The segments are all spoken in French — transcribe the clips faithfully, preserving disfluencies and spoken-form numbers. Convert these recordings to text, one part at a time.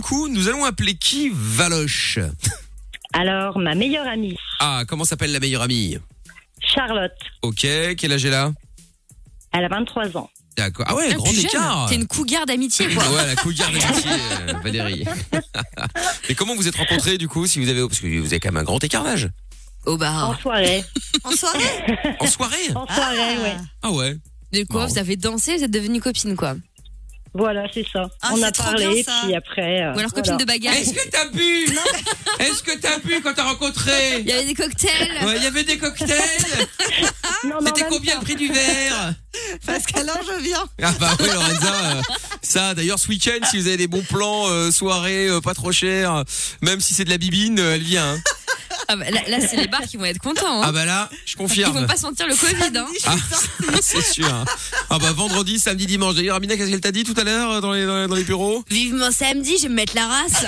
coup, nous allons appeler qui Valoche? Alors, ma meilleure amie. Ah, comment s'appelle la meilleure amie? Charlotte. Ok, quel âge elle a? Elle a vingt-trois ans. D'accord. Ah ouais, Ah, grand plus écart. jeune. T'es une cougar d'amitié, quoi. Ouais, la cougar d'amitié, euh, Valérie. Et comment vous êtes rencontrés, du coup, si vous avez, parce que vous avez quand même un grand écart d'âge? Oh bah. En soirée. En soirée? En soirée? En soirée, ouais. Ah ouais. De quoi? Marrant. Vous avez dansé, vous êtes devenues copines, quoi. Voilà, c'est ça. Ah, On c'est a trop parlé, bien, ça. puis après... euh, Ou alors voilà. copine de bagarre. Est-ce que t'as bu? Est-ce que t'as bu quand t'as rencontré? Il y avait des cocktails. Ouais, il y avait des cocktails. Non, non, C'était même combien pas. le prix du verre? Pascal Ange vient. Ah bah oui, Lorenza. euh, ça, d'ailleurs, ce week-end, si vous avez des bons plans, euh, soirée, euh, pas trop cher, même si c'est de la bibine, euh, elle vient. Hein. Ah bah, là, là, c'est les bars qui vont être contents. Hein. Ah bah là, je Ils confirme. vont pas sentir le Covid. Hein. Ah, c'est sûr. Hein. Ah bah vendredi, samedi, dimanche. D'ailleurs, Amina, qu'est-ce qu'elle t'a dit tout à l'heure euh, dans les, dans les, dans les bureaux? Vivement samedi, je vais me mettre la race.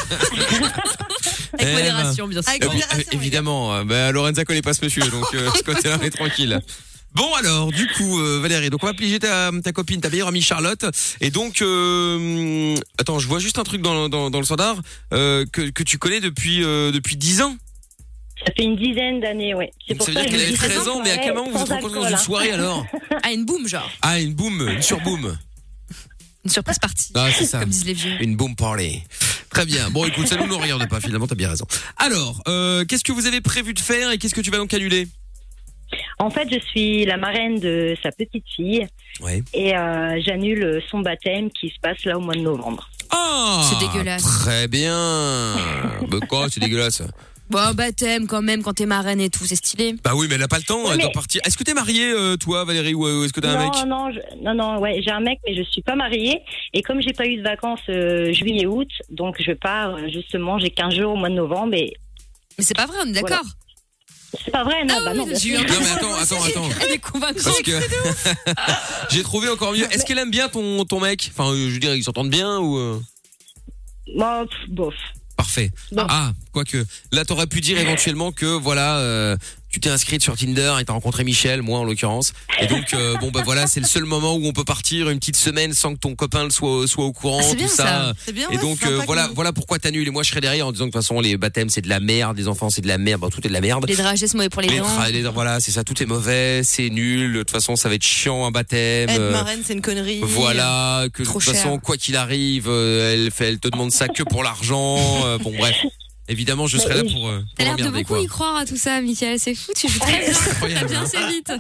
Avec Eh modération, bien sûr. Avec Eh, modération, euh, évidemment, euh, bah, Lorenza connaît pas ce monsieur, donc euh, ce côté-là on est tranquille. Bon alors, du coup, euh, Valérie, donc on va piéger ta, ta copine, ta meilleure amie Charlotte, et donc, euh, attends, je vois juste un truc dans, dans, dans le standard euh, que, que tu connais depuis euh, depuis dix ans. Ça fait une dizaine d'années, ouais. C'est Donc pour ça veut dire que qu'elle je avait dis treize ans, mais à quel moment vous êtes sans rencontrés dans alcool, une hein. soirée alors? Ah, une boum, genre. Ah, une boum, une surboom. Une surprise partie. Ah, c'est ça. Comme disent les vieux. Une boom party. Très bien. Bon, écoute, ça nous ne regarde pas, finalement, t'as bien raison. Alors, euh, qu'est-ce que vous avez prévu de faire et qu'est-ce que tu vas donc annuler? En fait, je suis la marraine de sa petite fille Ouais. et euh, j'annule son baptême qui se passe là au mois de novembre. Ah, C'est dégueulasse. Très bien. Bah quoi, c'est dégueulasse. Bon, baptême quand même, quand t'es marraine et tout, c'est stylé. Bah oui, mais elle a pas le temps, Ouais, elle mais- doit partir. Est-ce que t'es mariée, euh, toi, Valérie, ou euh, est-ce que t'as un non, mec? non, je- non, non, ouais, j'ai un mec, mais je suis pas mariée. Et comme j'ai pas eu de vacances euh, juillet-août, donc je pars euh, justement, j'ai quinze jours au mois de novembre et Mais c'est pas vrai, on est d'accord. c'est pas vrai, non, Ah bah oui, non, bien j'ai eu sûr. un- Non mais attends, attends, attends. Elle est convaincante. Parce que j'ai trouvé encore mieux. Est-ce qu'elle aime bien ton ton mec? Enfin, euh, je veux dire, ils s'entendent bien ou euh... Bon, pff, bof. Parfait. Bon. Ah, quoique. Là, t'aurais pu dire éventuellement que voilà, euh, tu t'es inscrite sur Tinder et t'as rencontré Michel, moi en l'occurrence. Et donc, euh, bon bah voilà, c'est le seul moment où on peut partir une petite semaine sans que ton copain le soit soit au courant, Ah, c'est tout bien, ça. ça. C'est bien, Et ouais, donc c'est euh, sympa voilà, comme- voilà pourquoi t'annules. Et moi, je serais derrière en disant que de toute façon, les baptêmes c'est de la merde, les enfants c'est de la merde, bon, tout est de la merde. Les dragées, c'est mauvais pour les Les dents. tra- les- voilà, c'est ça, tout est mauvais, c'est nul. De toute façon, ça va être chiant un baptême. Être euh, marraine, c'est une connerie. Voilà, que de Trop toute cher. façon, quoi qu'il arrive, euh, elle fait, elle te demande ça que pour l'argent. euh, bon, bref. Évidemment, je serai là pour, euh, T'as pour l'air de l'emmerder, beaucoup quoi. y croire à tout ça, Mickaël. C'est fou, tu joues très bien. Très Incroyable, bien, hein. c'est vite.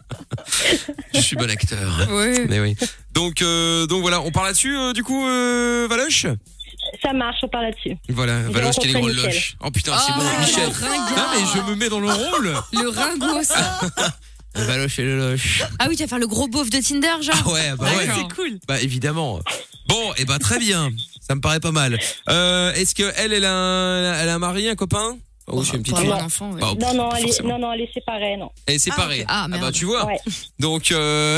Je suis bon acteur. Ouais. Mais oui. Donc, euh, donc voilà, on parle là-dessus, euh, du coup, euh, Valoche. Ça marche, on parle là-dessus. Voilà, J'ai Valoche qui est les rencontré grosses Michel. loches. Oh putain, c'est Oh, bon, Michel. le ringard. Non mais je me mets dans le rôle. Le ringot, ça. Valoche et le loche. Ah oui, tu vas faire le gros beauf de Tinder, genre. Ah ouais, bah ouais. D'accord. C'est cool. Bah évidemment. Bon, et bah très bien. Ça me paraît pas mal. Euh, est-ce que elle, elle a, un, elle a un mari, un copain? Oh, je suis une petite Pour fille. avoir un enfant, ouais. Bah, Non, non, pas elle est, forcément. non, non, elle est séparée, non. Elle est séparée. ok. Ah, bah merde. tu vois. Ouais. Donc euh...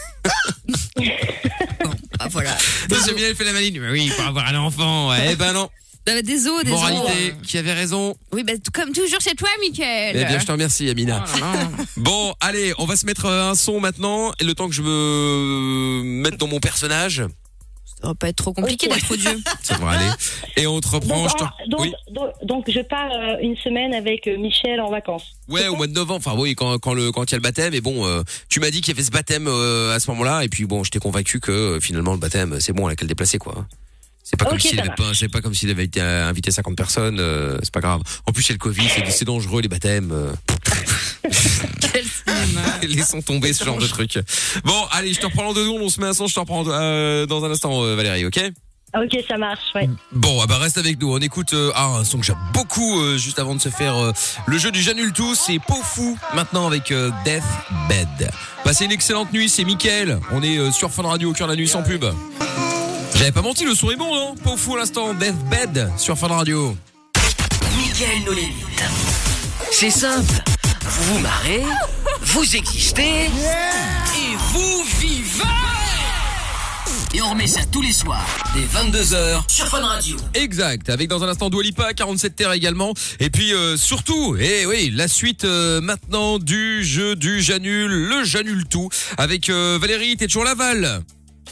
Ah, voilà. non, j'aime bien, elle fait la maligne. Mais oui, pour avoir un enfant. Ouais. Eh ben non. Bah, des os, des os. Moralité, qui avait raison. Oui, bah, tout comme toujours chez toi, Mickaël. Eh bien, je te remercie, Amina. Oh là là. Bon, allez, on va se mettre euh, un son maintenant. Et le temps que je me mette dans mon personnage, Ça va pas être trop compliqué Ok. d'être odieux. ça devrait aller. Et on te reprend. Donc, je te- ah, donc, Oui. donc, donc, je pars euh, une semaine avec euh, Michel en vacances. Ouais, au mois de novembre. Enfin, oui, quand quand le quand il y a le baptême. Et bon, euh, tu m'as dit qu'il y avait ce baptême euh, à ce moment-là. Et puis bon, je t'ai convaincu que euh, finalement le baptême, c'est bon, on a qu'à le déplacer, quoi. C'est pas comme Ok, s'il ça avait marche. pas, c'est pas comme s'il avait été euh, invité cinquante personnes. euh, c'est pas grave. En plus, c'est le Covid, c'est c'est dangereux les baptêmes. euh. Quel cinéma. Laissons tomber ce genre de truc. Bon, allez, je te reprends dans deux secondes. On se met un son. Je te reprends euh, dans un instant, euh, Valérie. Ok? Ok, ça marche, ouais. Bon, ah bah reste avec nous. On écoute euh, ah, un son que j'aime beaucoup euh, juste avant de se faire euh, le jeu du J'annule tout. C'est Pau Fou maintenant avec euh, Death Bed. Passez une excellente nuit. C'est Mickaël. On est euh, sur Fun Radio au cœur de la nuit sans pub. J'avais pas menti, le son est bon, non? Pau Fou à l'instant. Death Bed sur Fun Radio. Mickaël nos limites. C'est simple. Vous vous marrez, vous existez et vous vivez. Et on remet ça tous les soirs, dès vingt-deux heures sur Fun Radio. Exact, avec dans un instant Dua Lipa, quarante-sept terres également. Et puis euh, surtout, et oui, la suite euh, maintenant du jeu du J'annule, le J'annule tout. Avec euh, Valérie, t'es toujours Laval.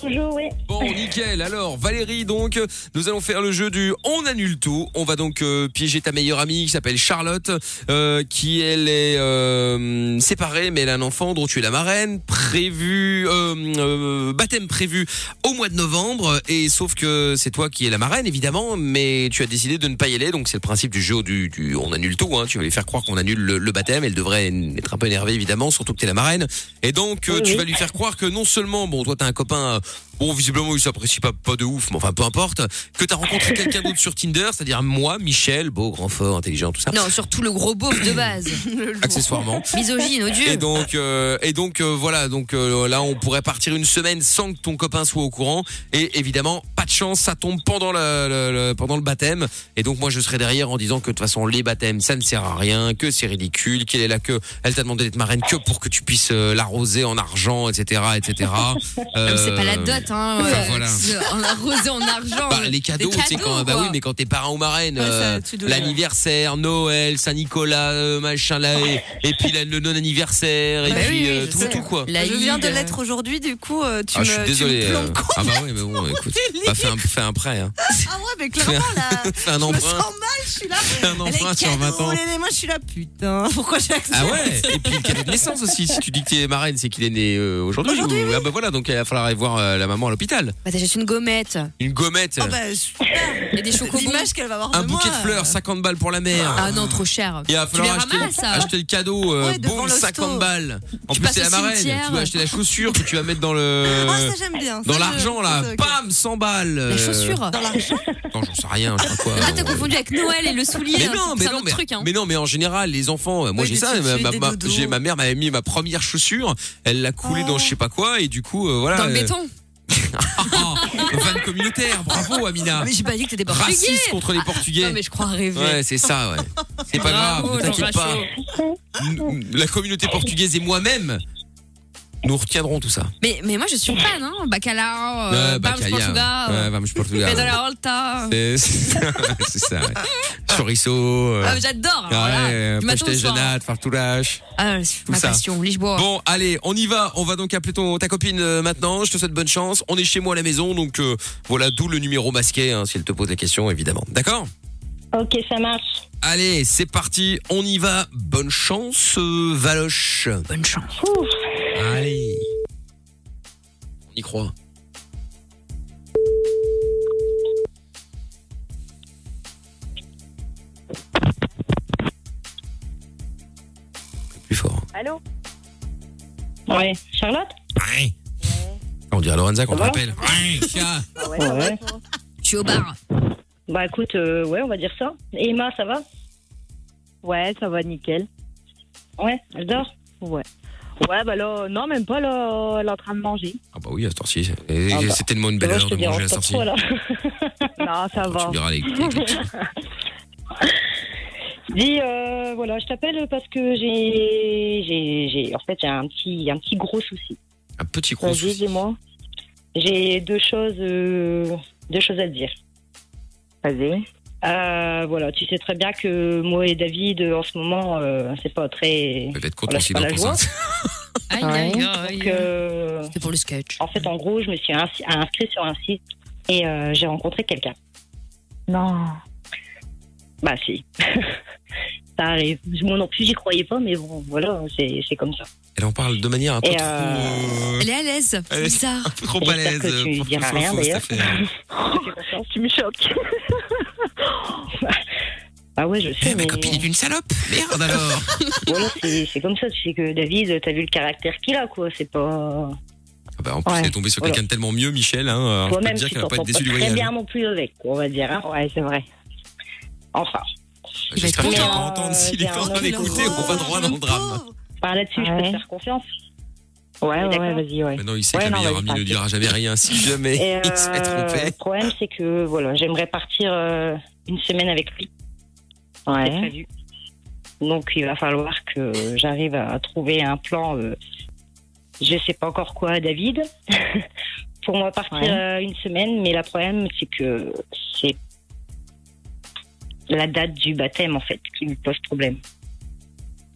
toujours, oui. Bon, nickel. Alors, Valérie, donc, nous allons faire le jeu du on annule tout. On va donc euh, piéger ta meilleure amie qui s'appelle Charlotte, euh, qui elle est euh, séparée, mais elle a un enfant dont tu es la marraine, prévu, euh, euh, baptême prévu au mois de novembre. Et sauf que c'est toi qui es la marraine, évidemment, mais tu as décidé de ne pas y aller. Donc c'est le principe du jeu du, du on annule tout. Hein. Tu vas lui faire croire qu'on annule le, le baptême. Elle devrait être un peu énervée, évidemment, surtout que tu es la marraine. Et donc euh, Oui, tu oui. vas lui faire croire que non seulement, bon, toi t'as un copain. Bon, visiblement, il s'apprécie pas, pas de ouf, mais enfin, peu importe. Que t'as rencontré quelqu'un d'autre sur Tinder, c'est-à-dire moi, Michel, beau, grand, fort, intelligent, tout ça. Non, surtout le gros beauf de base. Accessoirement. Misogyne, odieux. Et donc, euh, et donc euh, voilà. Donc euh, là, on pourrait partir une semaine sans que ton copain soit au courant. Et évidemment, pas de chance, ça tombe pendant le, le- le- pendant le baptême. Et donc moi, je serai derrière en disant que de toute façon, les baptêmes, ça ne sert à rien, que c'est ridicule, qu'elle est là que, elle t'a demandé d'être marraine que pour que tu puisses euh, l'arroser en argent, et cetera, et cetera. Comme c'est pas la dot, hein. enfin, euh, voilà. En arrosé en argent. Bah, les cadeaux, tu sais quand, bah quoi. oui, mais quand t'es parrain ou marraine, Ouais, ça, euh, tu dois- l'anniversaire, Noël, Saint-Nicolas, euh, machin là, et, et puis la- le non-anniversaire, et Bah puis oui, euh, je tout, sais. tout quoi. La Je viens de Ligue. l'être aujourd'hui, du coup, euh, tu Ah, me. je suis tu désolé. me euh, plantes ah bah oui, mais bon, écoute, bah, fais un, fais un prêt. Hein. Ah ouais, mais clairement, là. Fais un Je me emprunt. sens mal, je suis là. Fais un emprunt Les sur vingt cadeaux, ans. les- les- Moi, je suis là, putain. Pourquoi j'ai accepté? Ah ouais. Et puis le cadeau de naissance aussi. Si tu dis que tu es marraine, c'est qu'il est né euh, aujourd'hui. Aujourd'hui, ou- Ah bah voilà, donc il va falloir aller voir euh, la maman à l'hôpital. Bah, t'achètes une gommette. Une gommette, Oh bah, super. Il y a des chocobons. L'image qu'elle va avoir un de bouquet moi, de fleurs, euh, cinquante balles pour la mère. Ah non, trop cher. Il va Tu les falloir acheter, ramasses, ça. acheter le cadeau, euh, Ouais, devant boum, l'hosto. cinquante balles. En Tu plus, passes c'est la au marraine. cimetière. Tu vas acheter la chaussure que tu vas mettre dans le. Ah, ça, j'aime bien. Dans Ça, je- l'argent là, ça, ok. bam, cent balles. La euh, chaussure. Dans l'argent. Non, j'en sais rien, je sais pas quoi. Ah, t'as confondu avec Noël et le soulier. Mais hein, non, c'est mais un non, autre mais, truc, hein. mais non, mais en général, les enfants, euh, moi Oui, j'ai des ça, tutus, ma, des ma- doudous. j'ai ma mère m'avait mis ma première chaussure, elle l'a coulée Oh. dans je sais pas quoi et du coup euh, voilà. Dans le euh, béton. Ah, vanne communautaire, bravo Amina. Mais j'ai pas dit que t'étais portugais. Raciste contre les Portugais. Non, mais je crois rêver. Ouais, c'est ça, ouais. C'est pas Bravo, grave, ne t'inquiète Jean pas. Rachaud. N- La communauté portugaise et moi-même, nous retiendrons tout ça. Mais, mais moi, je suis fan, hein. Bacalhau, Ouais, euh, Vamos bacalhau. Portugal. Ouais, vamos Portugal. Pedro Alta. C'est c'est ça, ouais. Chorizo. euh, Ah, mais j'adore. alors là, ouais, du matin au pastel soir. genade, fartoulage. Ah, ma ça. passion, Lisboa. Bon, allez, on y va. On va donc appeler ton, ta copine euh, maintenant. Je te souhaite bonne chance. On est chez moi à la maison, donc euh, voilà, d'où le numéro masqué, hein, si elle te pose la question, évidemment. D'accord ? Ok, ça marche. Allez, c'est parti. On y va. Bonne chance, euh, Valoche. Bonne chance. Ouf. Allez. On y croit. Plus fort. Allô? Ouais, Charlotte? Ouais. On dirait Lorenza qu'on Ça te va rappelle. Ouais, tiens. Ah ouais, Ouais. ça va, toi Je suis au bar. Bah écoute, euh, ouais, on va dire ça. Et Emma, ça va? Ouais, ça va nickel. Ouais, elle dort? Ouais. Ouais, bah là, non, même pas, là, elle est en train de manger. Ah bah oui, à cette heure-ci. Et Ah bah. c'est tellement une Ça belle va, heure je te de manger à dérange cette pas heure-ci. trop, là. Non, ça Tu va. me diras les, les clics. Dis, euh, voilà, je t'appelle parce que j'ai, j'ai, j'ai, en fait, j'ai un petit, un petit gros souci. Un petit gros Vas-y, souci. dis-moi. J'ai deux choses, euh, deux choses à te dire. Vas-y. Euh, voilà, tu sais très bien que moi et David, en ce moment, euh, c'est pas très. Elle va être content Voilà, aussi c'est pas dans la ton joie. sein. Aïe, Ouais. aïe, aïe. Donc, euh, C'était pour le sketch. en fait, en gros, je me suis inscrit inscrit sur un site et euh, j'ai rencontré quelqu'un. Non. Bah si, ça arrive. Moi non plus, j'y croyais pas, mais bon, voilà, c'est c'est comme ça. Elle en parle de manière un peu Et, trop. euh, euh, Elle est à l'aise. Elle est- C'est bizarre. un peu trop à J'espère l'aise que tu pour diras ce rien, faux, cette d'ailleurs. affaire. Tu me choques. Ah ouais, je sais, Eh, ma mais copine est une salope. Merde alors. voilà, c'est c'est comme ça. Tu sais que David, t'as vu le caractère qu'il a, quoi. C'est pas. Ah bah, en plus, Ouais. elle est tombée sur Voilà. quelqu'un de tellement mieux, Michel. Hein, alors je peux te Toi-même, dire tu qu'elle va pas t'entends être pas déçue du très voyage. bien non plus avec, on va dire. Hein. Ouais, c'est vrai. Enfin, Il va être J'espère qu'il va content. pas entendre. S'il est Euh, en train j'ai un d'écouter, on va droit dans le drame. par là-dessus, je peux Ouais. te faire confiance. Ouais, ouais, D'accord. ouais, vas-y, ouais. Maintenant, il sait Ouais, que la non, meilleure vas-y, amie ne dira jamais rien si jamais Et il se fait euh, tromper. le problème, c'est que voilà, j'aimerais partir euh, une semaine avec lui. C'est Ouais. prévu. Donc, il va falloir que j'arrive à trouver un plan. Euh, je sais pas encore quoi, David, pour moi partir Ouais. euh, une semaine. Mais le problème, c'est que c'est la date du baptême en fait qui me pose problème.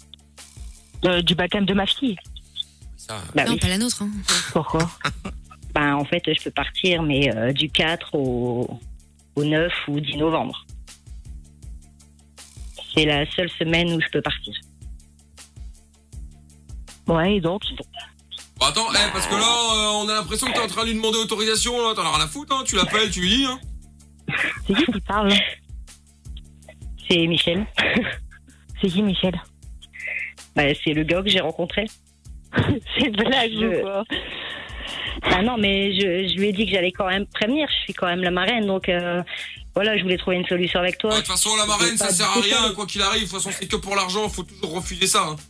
Euh, du baptême de ma fille. Ça, Bah Non, oui. pas la nôtre. Hein. Pourquoi? ben, en fait, je peux partir, mais euh, du quatre au, au neuf ou dix novembre. C'est la seule semaine où je peux partir. Ouais, et donc Bon, attends, eh, parce que là, euh, on a l'impression que t'es en train de lui demander autorisation, là. T'en as rien à foutre, hein. Tu l'appelles, tu lui dis, hein. C'est qui qui parle là? C'est Michel. C'est qui Michel? Ben, c'est le gars que j'ai rencontré. C'est une blague Je- ou quoi? Ah non, mais je, je lui ai dit que j'allais quand même prévenir. Je suis quand même la marraine, donc euh, voilà, je voulais trouver une solution avec toi. De toute façon, la marraine, Je ça veux sert pas à rien, déconner. quoi qu'il arrive. De toute façon, c'est que pour l'argent, faut toujours refuser ça, hein.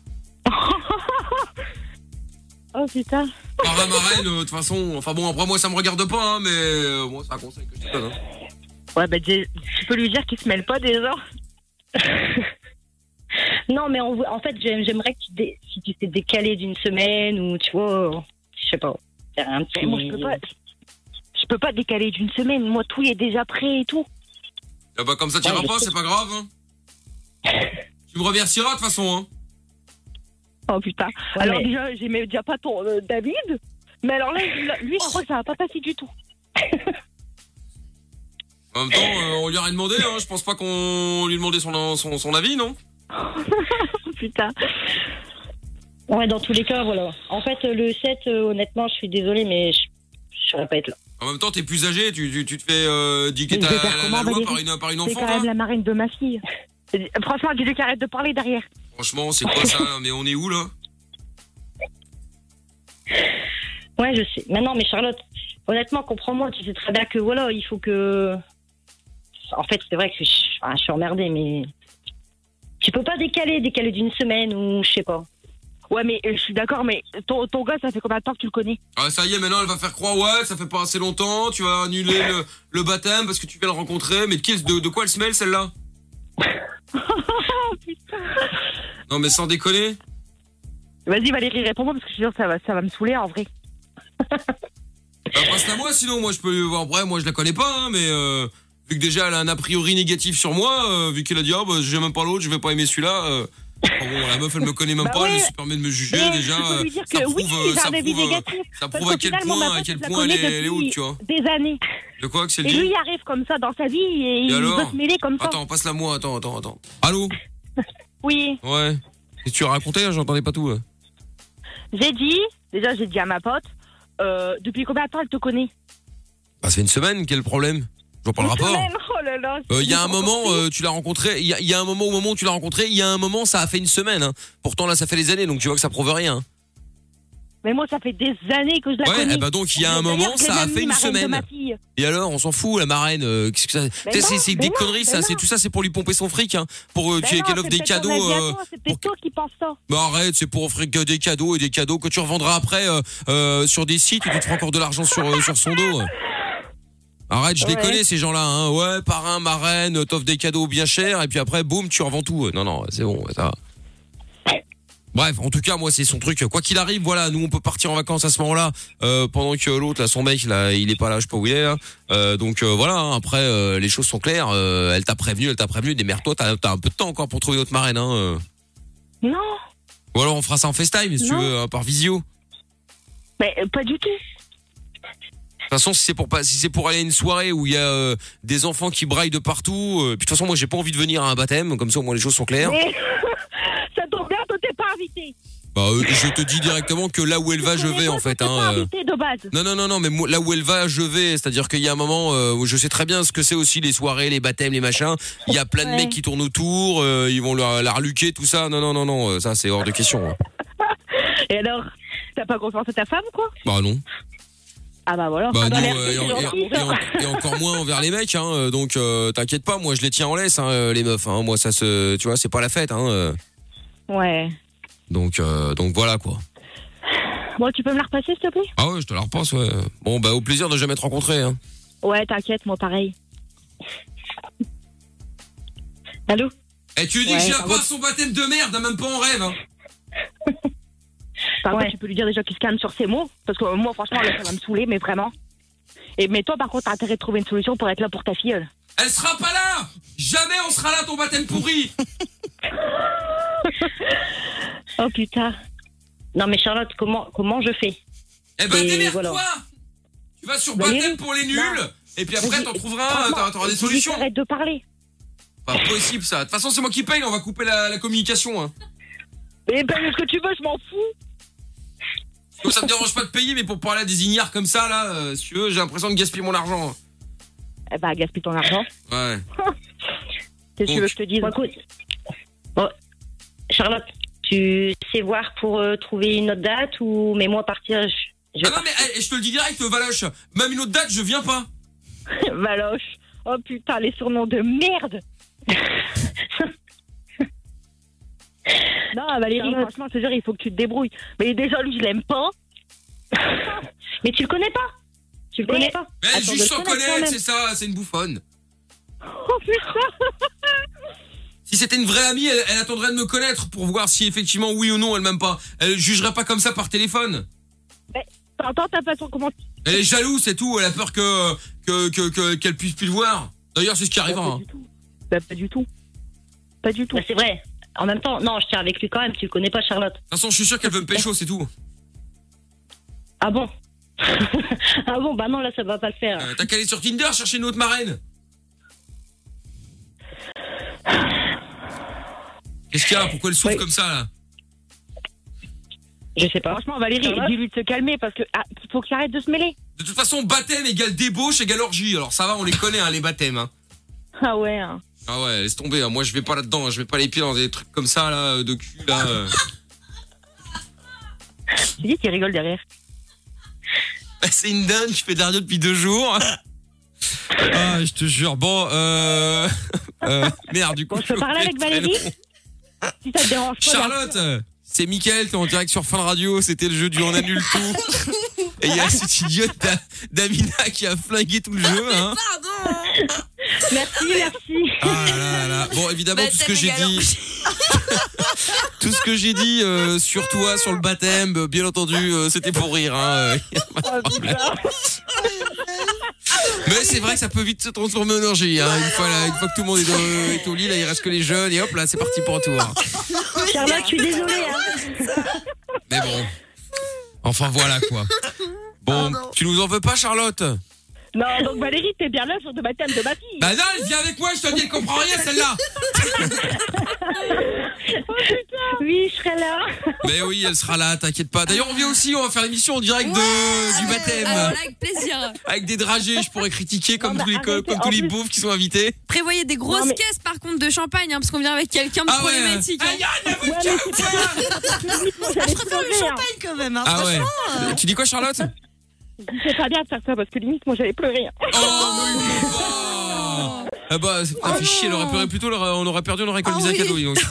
Oh putain. Par la marraine, euh, de toute façon, enfin bon, après, moi, ça me regarde pas, hein, mais euh, moi, c'est un conseil que je te donne, hein. Ouais, bah tu tu peux lui dire qu'il se mêle pas déjà. Non, mais en, en fait, j'aime- j'aimerais que tu dé- si tu t'es décalé d'une semaine ou tu vois, je sais pas, faire un petit. Mais moi, je peux pas. Je peux pas décaler d'une semaine. Moi, tout est déjà prêt et tout. Ah bah, comme ça, t'iras Ouais, pas, je c'est pas grave, hein. Tu me remercieras, de toute façon, hein. Oh putain. Ouais, alors mais- déjà, j'aimais déjà pas ton euh, David. Mais alors là, lui, lui, je crois que ça va pas passer du tout. En même temps, euh, on lui a rien demandé, hein. Je pense pas qu'on lui demandait son, son, son avis, non? Oh putain. Ouais, dans tous les cas, voilà. En fait, le sept, euh, honnêtement, je suis désolée, mais je je saurais pas être là. En même temps, t'es plus âgé, tu, tu, tu te fais euh, dicter Mais ta, je vais faire la, comment, la loi Valérie par une, par une C'est enfant, quand même là. la marraine de ma fille. Franchement, dis-lui qu'il arrête de parler derrière. Franchement, c'est quoi ça? Mais on est où, là? Ouais, je sais. Maintenant, mais Charlotte, honnêtement, comprends-moi, tu sais très bien que voilà, il faut que. En fait, c'est vrai que je, enfin, je suis emmerdée, mais tu peux pas décaler, décaler d'une semaine ou je sais pas. Ouais, mais euh, je suis d'accord, mais ton, ton gars, ça fait combien de temps que tu le connais? Ah, ça y est, maintenant, elle va faire croire, ouais, ça fait pas assez longtemps, tu vas annuler le, le baptême parce que tu viens le rencontrer, mais de, qui, de, de quoi elle se mêle, celle-là? Non, mais sans déconner. Vas-y, Valérie, réponds-moi parce que je suis sûre que ça va, ça va me saouler en vrai. Bah, passe-la moi, sinon, moi, je peux voir. Après, moi, je la connais pas, hein, mais euh, vu que déjà, elle a un a priori négatif sur moi, euh, vu qu'elle a dit, ah, bah, j'aime même pas l'autre, je vais pas aimer celui-là. Euh, bon, la meuf, elle me connaît même Bah pas, ouais. elle se permet de me juger, Mais déjà. tu peux lui dire ça que prouve, oui, euh, j'ai ça un avis prouve, euh, négatif. ça Parce prouve à qu'au quel final, point, moi, ma à pote, quel je la point elle connais est, elle est depuis haute, tu vois. Des années. De quoi que c'est le Et dit? lui, il arrive comme ça dans sa vie et, il alors veut se mêler comme ça. Attends, passe-la moi, attends, attends, attends. Allô? Oui, Ouais. Qu'est-ce que tu as raconté, hein, j'entendais pas tout. Ouais. j'ai dit, déjà, j'ai dit à ma pote, euh, depuis combien de temps elle te connaît? Bah, ça fait une semaine, quel problème? Je vois pas le rapport. Une semaine, oh là là. Il euh, y a un c'est moment, encore euh, tu l'as rencontré. Il y a, y a un moment, au moment où tu l'as rencontré, il y a un moment, ça a fait une semaine. Hein. Pourtant là, ça fait des années, donc tu vois que ça prouve rien. Mais moi, ça fait des années que je la Ouais, connais. eh ben donc il y a un D'ailleurs, moment, je l'ai ça a même fait mis une marraine de semaine. ma fille. Et alors, on s'en fout, la marraine. euh, qu'est-ce que ça Mais Tu sais, c'est non, c'est mais des non, conneries, ça. mais C'est non. tout ça, c'est pour lui pomper son fric, hein. Pour euh, Ben tu- non, qu'elle offre c'est des peut-être ton cadeaux. avis à euh, toi, C'est pour peut-être toi qui pense ça. Bah arrête, c'est pour offrir que des cadeaux et des cadeaux que tu revendras après euh, euh, sur des sites où tu te feras encore de l'argent sur euh, sur son dos. Arrête, je les Ouais. connais ces gens-là, hein. Ouais, parrain, marraine, t'offres des cadeaux bien chers et puis après, boum, tu revends tout. Non, non, c'est bon, ça va. Bref, en tout cas, moi, c'est son truc. Quoi qu'il arrive, voilà, nous, on peut partir en vacances à ce moment-là, euh, pendant que l'autre, là, son mec, là, il est pas là, je sais pas où il est, là. Euh, donc euh, voilà. Hein, après, euh, les choses sont claires. Euh, elle t'a prévenu, elle t'a prévenu. Démerde-toi, t'as, t'as un peu de temps encore pour trouver notre marraine, hein. euh. Non, Ou alors, on fera ça en FaceTime, si tu Non. veux, hein, par visio. mais euh, pas du tout. De toute façon, si c'est pour pas, si c'est pour aller à une soirée où il y a euh, des enfants qui braillent de partout, euh, puis de toute façon, moi, j'ai pas envie de venir à un baptême, comme ça, au moins les choses sont claires. Mais ça tombe bien, toi, t'es pas invité. Bah, euh, je te dis directement que là où elle va, je vais en fait. T'es Hein, pas euh. invité de base. Non, non, non, non, mais moi, là où elle va, je vais. C'est-à-dire qu'il y a un moment euh, où je sais très bien ce que c'est aussi les soirées, les baptêmes, les machins. Il y a plein de Ouais. mecs qui tournent autour, euh, ils vont la, la reluquer, tout ça. Non, non, non, non, euh, ça c'est hors de question. hein. Et alors, t'as pas confiance à ta femme, quoi? Bah non. Ah bah voilà. Bah Ah non, bah, euh, merci, et, en- c'est et en- gentil, et en- ça. et encore moins envers les mecs. Hein, euh, donc euh, t'inquiète pas, moi je les tiens en laisse, hein, euh, les meufs. Hein, moi ça se, tu vois, c'est pas la fête. Hein, euh. Ouais. donc, euh, donc voilà quoi. Bon, tu peux me la repasser, s'il te plaît? Ah ouais, je te la repasse. Ouais. Bon bah au plaisir de jamais te rencontrer. Hein. Ouais, t'inquiète, moi pareil. Allô? Et tu lui dis Ouais, que j'ai ça pas va. son baptême de merde, hein, même pas en rêve. Hein. Par Ouais. contre, tu peux lui dire déjà qu'il se calme sur ses mots. Parce que euh, moi, franchement, là, ça va me saouler, mais vraiment. Et, mais toi, par contre, t'as intérêt de trouver une solution pour être là pour ta filleule. Elle sera pas là. Jamais on sera là, ton baptême pourri. Oh putain. Non mais Charlotte, comment comment je fais? Eh ben Et démerde-toi. voilà. Tu vas sur Valérie, Baptême pour les nuls, non. et puis après, t'en trouveras un, t'auras t'auras des Gigi, solutions. Arrête de parler. Pas possible, ça. De toute façon, c'est moi qui paye, on va couper la, la communication, hein. Mais paye ce que tu veux, je m'en fous. Donc, ça me dérange pas de payer, mais pour parler à des ignares comme ça, là, euh, si tu veux, j'ai l'impression de gaspiller mon argent. Eh bah, gaspille ton argent. Ouais. Qu'est-ce que tu Donc. veux que je te dise? Bon, écoute. Bon, Charlotte, tu sais voir pour euh, trouver une autre date ou mais moi partir. Je, je vais Ah non, mais eh, je te le dis direct, Valoche. Même une autre date, je viens pas. Valoche. Oh putain, les surnoms de merde. Non, Valérie, Charlotte. franchement, je te jure, il faut que tu te débrouilles. Mais déjà, lui, je l'aime pas. Mais tu le connais pas. Tu le Mais- connais pas. Mais Attends, juste de le sans connaître quand connaître, même. c'est ça, c'est une bouffonne. Oh putain. Si c'était une vraie amie, elle, elle attendrait de me connaître pour voir si effectivement, oui ou non, elle m'aime pas. Elle jugerait pas comme ça par téléphone. T'entends ta façon comment tu... Elle est jalouse, c'est tout. Elle a peur que que que que- qu'elle puisse plus le voir. D'ailleurs, c'est ce qui arrivera. Pas hein. du tout. Bah, pas du tout. Pas du tout. Bah, c'est vrai. En même temps, non, je tiens avec lui quand même. Tu le connais pas, Charlotte. De toute façon, je suis sûr qu'elle veut me pécho, c'est tout. Ah bon. Ah bon, bah non, là, ça va pas le faire. Euh, T'as qu'à aller sur Tinder chercher une autre marraine. Qu'est-ce qu'il y a? Pourquoi elle souffre Oui. comme ça là? Je sais pas. Franchement, Valérie, Charlotte. dis-lui de se calmer parce que ah, faut qu'il arrête de se mêler. De toute façon, baptême égale débauche égale orgie. Alors ça va, on les connaît, hein, les baptêmes. Hein. Ah ouais. Hein. Ah ouais, laisse tomber. Hein. Moi, je vais pas là-dedans. Je vais pas les pieds dans des trucs comme ça là, de cul là. euh. Tu dis qu'il rigole derrière. C'est une dingue. Je fais de la radio depuis deux jours. Ah, je te jure. Bon, euh... euh merde, du coup. Bon, je peux j'ai parler oublié avec le Valérie prénom. Si ça te dérange pas. Charlotte, c'est Mickaël, t'es en direct sur Fun Radio, c'était le jeu du on annule tout. Et il y a cette idiote d'A- d'Amina qui a flingué tout le jeu, hein. Pardon. Merci, merci. Ah là là là. Bon, évidemment, Bah, tout ce t'as que j'ai méga dit, tout ce que j'ai dit euh, sur toi, sur le baptême, euh, bien entendu, euh, c'était pour rire, hein. Oh, putain. Mais c'est vrai que ça peut vite se transformer en orgie, hein. Une fois, là, une fois que tout le monde est, dans- est au lit, là, il reste que les jeunes, et hop, là, c'est parti pour un tour. Charlotte, je suis désolée. Hein. Mais bon. Enfin, voilà, quoi. Bon, Pardon. tu nous en veux pas, Charlotte? Non, donc Valérie, t'es bien là sur le baptême de ma fille. Bah non, elle vient avec moi, je te dis, elle comprend rien, celle-là. Oui, je serai là. Mais oui, elle sera là, t'inquiète pas. D'ailleurs, on vient aussi, on va faire l'émission en direct de, du baptême. Alors là, avec plaisir. Avec des dragées, je pourrais critiquer comme Non, tous les, mais comme arrêtez, tous en les plus- beaufs qui sont invités. Prévoyez des grosses Non, mais- caisses par contre de champagne, hein, parce qu'on vient avec quelqu'un de Ah ouais. problématique. hein. Ah, Yann, la Ouais, vodka mais ou c'est quoi Ah, je préfère le champagne quand même. Hein. Ah ouais. Franchement, euh, Tu dis quoi, Charlotte? C'est pas bien de faire ça parce que limite, moi j'allais pleurer. Oh, mais il faut pas. Ah bah, ça Oh fait chier, elle aurait pleuré plus tôt, elle aurait- on aurait perdu, on aurait économisé Ah un oui. cadeau, dis donc.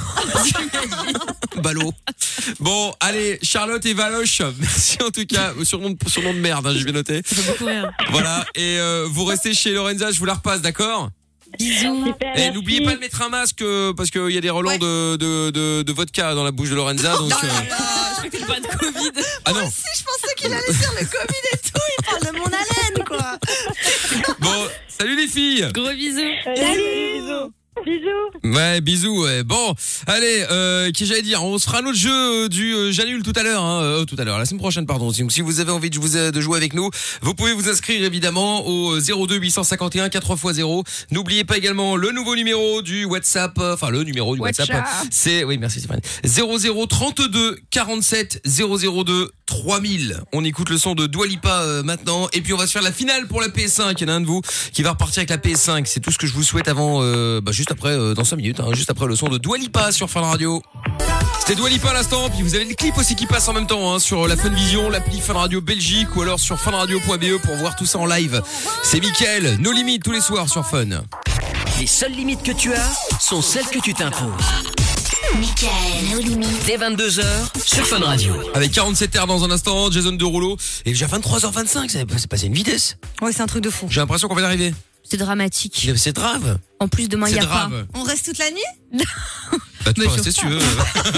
Ballot. Bon, allez, Charlotte et Valoche, merci en tout cas, surnom de, surnom de merde, hein, je vais noter. Ça fait beaucoup rire. Voilà, et euh, vous restez chez Lorenza, je vous la repasse, d'accord? Bisous. Super. Et merci. n'oubliez pas de mettre un masque euh, parce qu'il y a des relents Ouais. de, de, de, de vodka dans la bouche de Lorenza. Donc, Non, euh, non, non, je crois que t'as pas de Covid. ah non. si je pensais qu'il allait dire le Covid et tout, il parle de mon haleine, quoi. Bon, salut les filles. Gros bisous. Salut, bisous. Bisous. Ouais, bisous. Ouais. Bon, allez, euh, qu'est-ce que j'allais dire? On se fera un autre jeu euh, du euh, j'annule tout à l'heure. Hein, euh, tout à l'heure, la semaine prochaine, pardon. Donc, si vous avez envie de, vous, de jouer avec nous, vous pouvez vous inscrire évidemment au zéro deux huit cent cinquante et un quatre fois zéro. N'oubliez pas également le nouveau numéro du WhatsApp, euh, enfin le numéro du WhatsApp. WhatsApp. C'est, oui, merci Stéphane. zéro zéro trente-deux quarante-sept zéro zéro deux trois mille. On écoute le son de Dua Lipa euh, maintenant, et puis on va se faire la finale pour la P S cinq. Il y en a un de vous qui va repartir avec la P S cinq. C'est tout ce que je vous souhaite avant, euh, bah, juste après, euh, dans cinq minutes, hein, juste après le son de Dua Lipa sur Fun Radio. C'était Dua Lipa à l'instant, puis vous avez le clip aussi qui passe en même temps, hein, sur la Funvision, l'appli Fun Radio Belgique, ou alors sur funradio point be pour voir tout ça en live. C'est Mickaël, nos limites tous les soirs sur Fun. Les seules limites que tu as sont celles que tu t'imposes. Mickaël, nos limites. Dès vingt-deux heures sur Fun Radio. Avec quarante-sept heures dans un instant, Jason Derulo, et déjà vingt-trois heures vingt-cinq, c'est c'est passé une vitesse. Ouais, c'est un truc de fou. J'ai l'impression qu'on va y arriver. C'est dramatique. C'est grave. En plus, demain, il C'est y a pas. grave. On reste toute la nuit? Bah, tu Mais peux je rester si tu veux.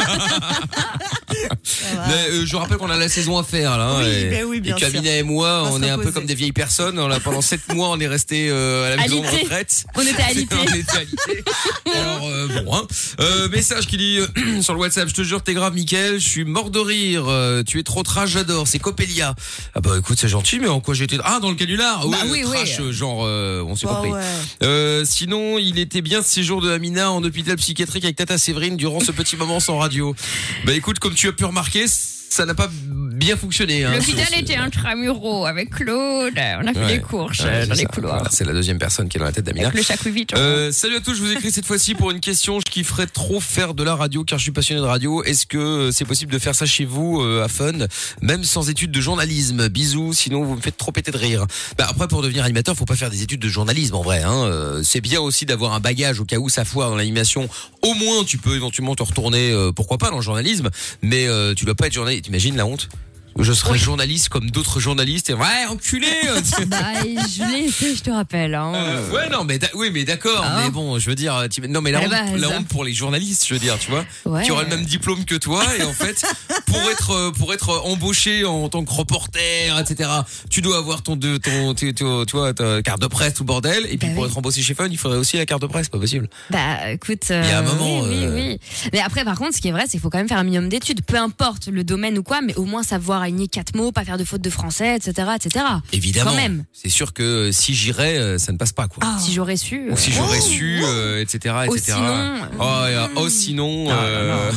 Mais, euh, je rappelle qu'on a la saison à faire là. hein, Oui, et, ben oui, bien et qu'Amina sûr. et moi, On va on se est un peu reposer. comme des vieilles personnes. On a, pendant sept mois, on est resté euh, à la maison de Alité. retraite. On était alité. On était alité. Alors euh, bon, hein. Euh, message qui dit euh, sur le WhatsApp, je te jure, t'es grave, Mickaël. Je suis mort de rire. euh, tu es trop trash, j'adore. C'est Coppelia. Ah bah écoute, c'est gentil, mais en quoi j'étais ah dans le canular. Bah ouais, oui, oui. trash, euh, genre, euh, on s'est Bah compris. ouais. Euh, sinon, il était bien ce séjour de Amina en hôpital psychiatrique avec Tata Séverine durant ce petit moment sans radio. Bah écoute, comme tu as pu remarquer, ça n'a pas bien fonctionné. Hein, L'hôpital sur ce- était intramuraux avec Claude. On a fait Ouais. des courses Ouais, euh, c'est dans les ça. couloirs. Voilà, c'est la deuxième personne qui est dans la tête d'Amina. Avec le Chacouvi. Euh, salut à tous, je vous écris cette fois-ci pour une question qui ferait trop faire de la radio car je suis passionné de radio. Est-ce que euh, c'est possible de faire ça chez vous euh, à Fun, même sans études de journalisme? Bisous, sinon vous me faites trop péter de rire. Bah après pour devenir animateur, faut pas faire des études de journalisme en vrai. Hein. Euh, c'est bien aussi d'avoir un bagage au cas où ça foire dans l'animation. Au moins tu peux éventuellement te retourner, euh, pourquoi pas dans le journalisme, mais euh, tu dois pas être journaliste. T'imagines la honte? Je serais journaliste comme d'autres journalistes et ouais enculé. Bah, je l'ai été, je te rappelle. Hein. Euh, ouais non mais d'a- oui mais d'accord Ah. mais bon je veux dire tu- non mais la À la honte, base. la honte pour les journalistes je veux dire tu vois Ouais. qui aura le même diplôme que toi et en fait pour être euh, pour être embauché en tant que reporter etc tu dois avoir ton de ton tu, tu, tu vois ta carte de presse tout bordel et puis Bah pour oui. être embauché chez Fun il faudrait aussi la carte de presse pas possible. Bah écoute, Il y a un euh, moment, oui, euh, oui, oui. Mais après, par contre, ce qui est vrai, c'est qu'il faut quand même faire un minimum d'études, peu importe le domaine ou quoi, mais au moins savoir aligner quatre mots, pas faire de fautes de français, et cetera, et cetera. Évidemment. Quand même. C'est sûr que euh, si j'irais euh, ça ne passe pas quoi. Si j'aurais su. Ou si euh, j'aurais su, euh, et cetera, et Oh, cetera. sinon, Oh, et, euh, oh, sinon. euh,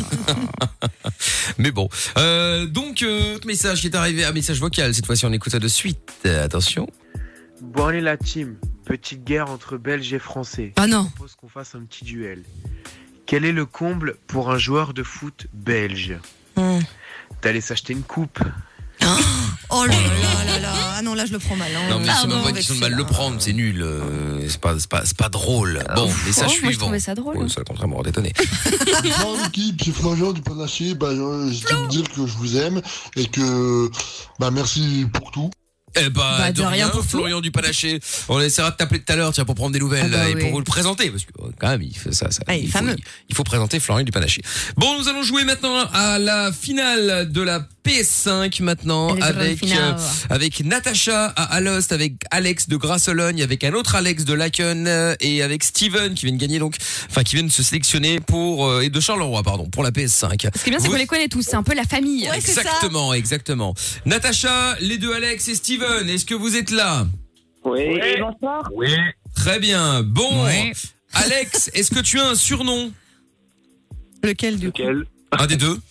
Mais bon. Euh, donc, euh, autre message qui est arrivé, un message vocal. Cette fois-ci, on écoute ça de suite. Euh, attention. Bon allez la team, petite guerre entre Belges et Français. Ah non. Je propose qu'on fasse un petit duel. Quel est le comble pour un joueur de foot belge? Hum. D'aller s'acheter une coupe. Oh là là là là. Ah non, là, je le prends mal. hein. Non, mais c'est Pardon, même pas une avec question de mal celui-là. le prendre, c'est nul. euh, C'est pas, c'est pas, c'est pas drôle. Bon, message oh, moi, je suivant. trouvais ça drôle. Ouais, ça, le contraire, m'aurait étonné. Bonjour l'équipe, c'est Florian du Panaché. Bah, euh, je tiens à dire que je vous aime et que bah merci pour tout. Eh bah, Bah, de, de rien, rien pour Florian du Panaché. On essaiera de t'appeler tout à l'heure, tiens, pour prendre des nouvelles Ah bah là, et oui. pour vous le présenter, parce que euh, quand même, il fait ça, ça. Ah, il est il, faut, fameux. il, il faut présenter Florian du Panaché. Bon, nous allons jouer maintenant à la finale de la P S cinq maintenant Elle est avec finale. euh, avec Natacha à Alost, avec Alex de Grasse-Sologne, avec un autre Alex de Laken euh, et avec Steven qui vient de gagner donc, enfin qui vient de se sélectionner pour euh, et de Charleroi pardon pour la P S cinq. Ce qui est bien, c'est Vous- qu'on les connaît tous, c'est un peu la famille. Ouais, c'est ça. Exactement, exactement. Natacha, les deux Alex et Steven, est-ce que vous êtes là? Oui, bonsoir. Très bien. Bon, Ouais. Alex, est-ce que tu as un surnom? Lequel, du coup? Quel Un des deux?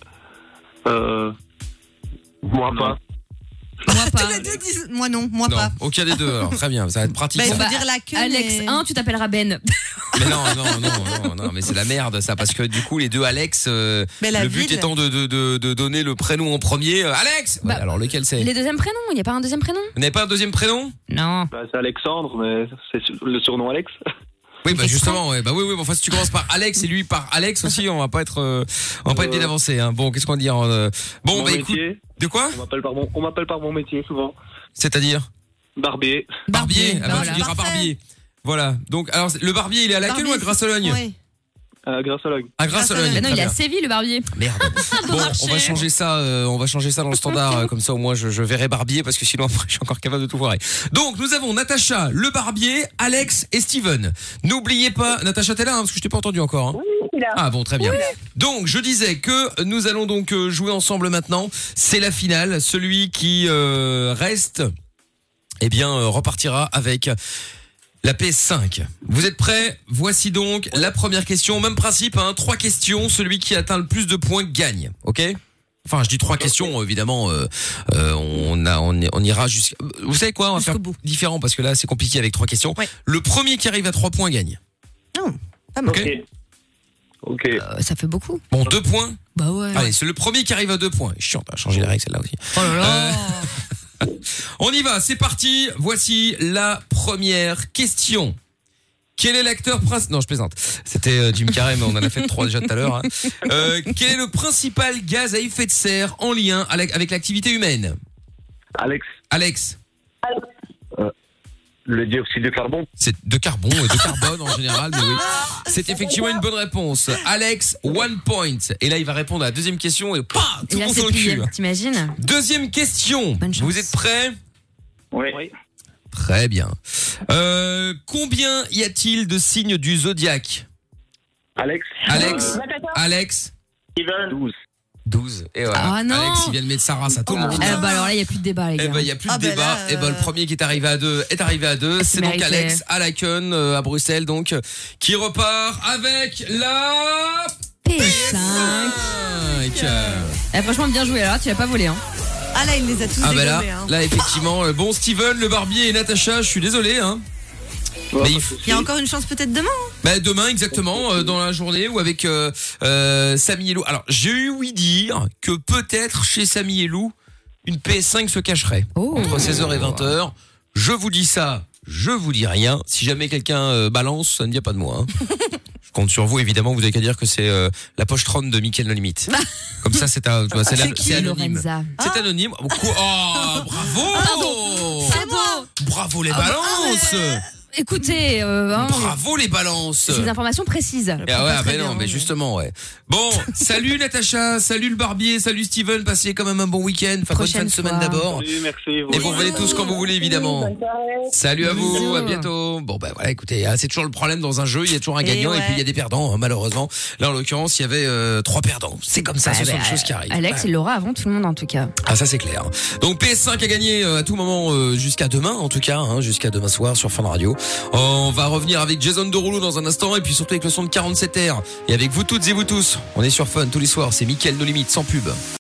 Euh. Moi pas. Moi pas. Tous les deux disent- Moi non, moi Non, pas. aucun des deux. Alors, très bien, ça va être pratique. Bah, il ça. faut Bah, dire la queue. Alex mais- un, tu t'appelleras Ben. Mais non, non, non, non, non, mais c'est la merde ça, parce que du coup les deux Alex, euh, Mais la le but ville- étant de, de, de, de donner le prénom en premier. Euh, Alex. Ouais, Bah, alors lequel c'est? Les deuxièmes prénoms, il n'y a pas un deuxième prénom? Vous n'avez pas un deuxième prénom? Non. Bah, c'est Alexandre, mais c'est le surnom Alex. Oui, bah fait justement, ouais, bah oui, oui, mais enfin si tu commences par Alex et lui par Alex aussi, on va pas être, euh, on va pas être bien Euh, avancé. Hein. Bon, qu'est-ce qu'on va dire? euh, Bon, Mon bah écoute, métier, de quoi? on m'appelle par mon, on m'appelle par mon métier souvent. C'est-à-dire? Barbier. Barbier. Barbier, Ah bah, voilà. tu diras Parfait. Barbier. Voilà. Donc, alors le Barbier, il est à laquelle ou à Grasse-Sologne? Oui. À Grasse-Sologne. À Grasse-Sologne. Bah non, très il est à bien. Séville, le barbier. Merde. Bon, on va changer ça, euh, on va changer ça dans le standard, euh, comme ça au moins je, je verrai Barbier parce que sinon après je suis encore capable de tout voir. Donc nous avons Natacha, le Barbier, Alex et Steven. N'oubliez pas, Natacha t'es là hein, parce que je t'ai pas entendu encore. Hein. Oui, là. Ah bon, très bien. Donc je disais que nous allons donc euh, jouer ensemble maintenant. C'est la finale. Celui qui euh, reste, eh bien euh, repartira avec la P S cinq. Vous êtes prêts? Voici donc la première question. Même principe, hein, trois questions. Celui qui atteint le plus de points gagne. Ok? Enfin, je dis trois questions, évidemment. Euh, euh, on a, on, on ira jusqu'à. Vous savez quoi? On va Jusqu'au faire bout. différent parce que là, c'est compliqué avec trois questions. Ouais. Le premier qui arrive à trois points gagne. Oh, pas mal. Ok. Ok. Euh, ça fait beaucoup. Bon, deux points. Bah ouais. Allez, c'est le premier qui arrive à deux points. Chiant, t'as changé les règles celle-là aussi. Oh là là. On y va, c'est parti. Voici la première question. Quel est l'acteur principal... Non, je plaisante. C'était euh, Jim Carrey, mais on en a fait trois déjà tout à l'heure. Hein. Euh, quel est le principal gaz à effet de serre en lien avec l'activité humaine? Alex. Alex. Le dioxyde de carbone. C'est de carbone, euh, de carbone en général, mais oui. C'est effectivement une bonne réponse. Alex, one point. Et là, il va répondre à la deuxième question et pah, tout Et le là, monde c'est dans le plié. cul. T'imagines? Deuxième question. Bonne chance. Vous êtes prêts? Oui. Très bien. Euh, combien y a-t-il de signes du zodiaque? Alex. Alex. Euh, Alex. Steven. douze. douze. Et voilà. Ah non. Alex, il vient de mettre sa race à tout le monde. Eh bah alors là, il n'y a plus de débat, les gars. Eh ben, il y a plus de Ah ben débat. là, Et ben, le euh, premier qui est arrivé à deux est arrivé à deux. C'est donc mérité. Alex à Laken, euh, à Bruxelles, donc, euh, qui repart avec la P P cinq. cinq. Eh, franchement, bien joué, là, tu l'as pas volé, hein. Ah là, il les a tous Ah bah là, dégommés. Hein. là effectivement, euh, bon Steven, le barbier et Natacha, je suis désolé, hein. Mais il, Il y a encore une chance peut-être demain. Hein. bah demain exactement, euh, dans la journée ou avec euh, euh, Samy et Lou. Alors j'ai eu ouï dire que peut-être chez Samy et Lou, une P S cinq se cacherait Oh. entre seize heures et vingt heures. Je vous dis ça, je vous dis rien. Si jamais quelqu'un euh, balance, ça ne vient pas de moi. Hein. Je compte sur vous évidemment. Vous avez qu'à dire que c'est euh, la poche trente de Mickaël No Limite. Comme ça, c'est un- tu vois, c'est la- C'est qui, c'est anonyme. Lorenza? C'est anonyme. Oh, quoi- oh, bravo. C'est beau. Bravo les balances. Écoutez, euh, hein, Bravo les balances. c'est des informations précises. Ah ouais, ah ben non, mais justement, ouais. Bon, salut Natacha, salut le barbier, salut Steven, passez quand même un bon week-end, enfin bonne fin Prochaine de semaine fois. d'abord. Salut, merci. Et vous revenez tous quand vous voulez, évidemment. Salut à vous, Bisous. à bientôt. Bon ben voilà, écoutez, hein, c'est toujours le problème dans un jeu, il y a toujours un Et gagnant et ouais. puis il y a des perdants, hein, malheureusement. Là en l'occurrence, il y avait euh, trois perdants. C'est comme ça, Ouais, ce sont bah, des choses qui arrivent. Alex, Ouais. il l'aura avant tout le monde, en tout cas. Ah ça c'est clair. Donc P S cinq a gagné euh, à tout moment euh, jusqu'à demain en tout cas, hein, jusqu'à demain soir sur Fun Radio. On va revenir avec Jason Derulo dans un instant et puis surtout avec le son de quarante-sept heures et avec vous toutes et vous tous. On est sur Fun tous les soirs, c'est Mickaël No Limite sans pub.